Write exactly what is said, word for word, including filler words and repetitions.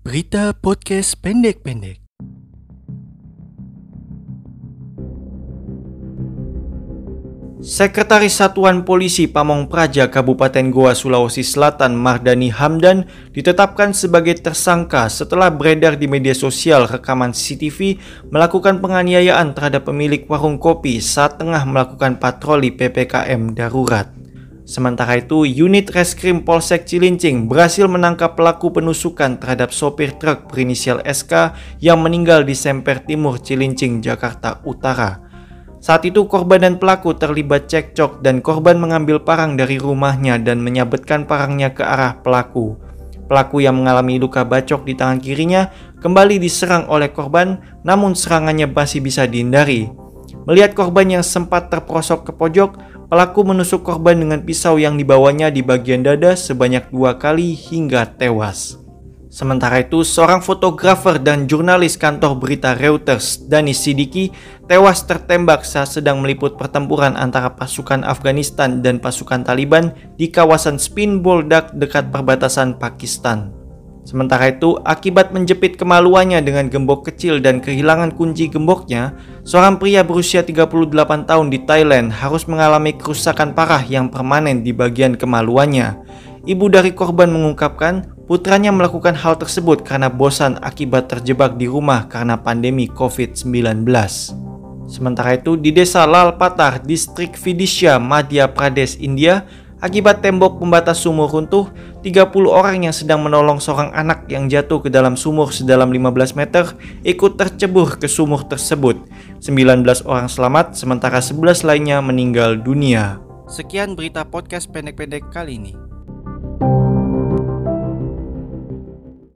Berita podcast pendek-pendek. Sekretaris Satuan Polisi Pamong Praja Kabupaten Goa, Sulawesi Selatan, Mardani Hamdan ditetapkan sebagai tersangka setelah beredar di media sosial rekaman C C T V melakukan penganiayaan terhadap pemilik warung kopi saat tengah melakukan patroli P P K M darurat. Sementara itu, unit Reskrim Polsek Cilincing berhasil menangkap pelaku penusukan terhadap sopir truk berinisial S K yang meninggal di Semper Timur, Cilincing, Jakarta Utara. Saat itu korban dan pelaku terlibat cekcok dan korban mengambil parang dari rumahnya dan menyabetkan parangnya ke arah pelaku. Pelaku yang mengalami luka bacok di tangan kirinya kembali diserang oleh korban, namun serangannya masih bisa dihindari. Melihat korban yang sempat terperosok ke pojok, pelaku menusuk korban dengan pisau yang dibawanya di bagian dada sebanyak dua kali hingga tewas. Sementara itu, seorang fotografer dan jurnalis kantor berita Reuters, Danis Siddiqui, tewas tertembak saat sedang meliput pertempuran antara pasukan Afghanistan dan pasukan Taliban di kawasan Spin Boldak dekat perbatasan Pakistan. Sementara itu, akibat menjepit kemaluannya dengan gembok kecil dan kehilangan kunci gemboknya, seorang pria berusia tiga puluh delapan tahun di Thailand harus mengalami kerusakan parah yang permanen di bagian kemaluannya. Ibu dari korban mengungkapkan, putranya melakukan hal tersebut karena bosan akibat terjebak di rumah karena pandemi covid sembilan belas. Sementara itu, di desa Lalpatar, distrik Vidisha, Madhya Pradesh, India, akibat tembok pembatas sumur runtuh, tiga puluh orang yang sedang menolong seorang anak yang jatuh ke dalam sumur sedalam lima belas meter ikut tercebur ke sumur tersebut. sembilan belas orang selamat, sementara sebelas lainnya meninggal dunia. Sekian berita podcast pendek-pendek kali ini.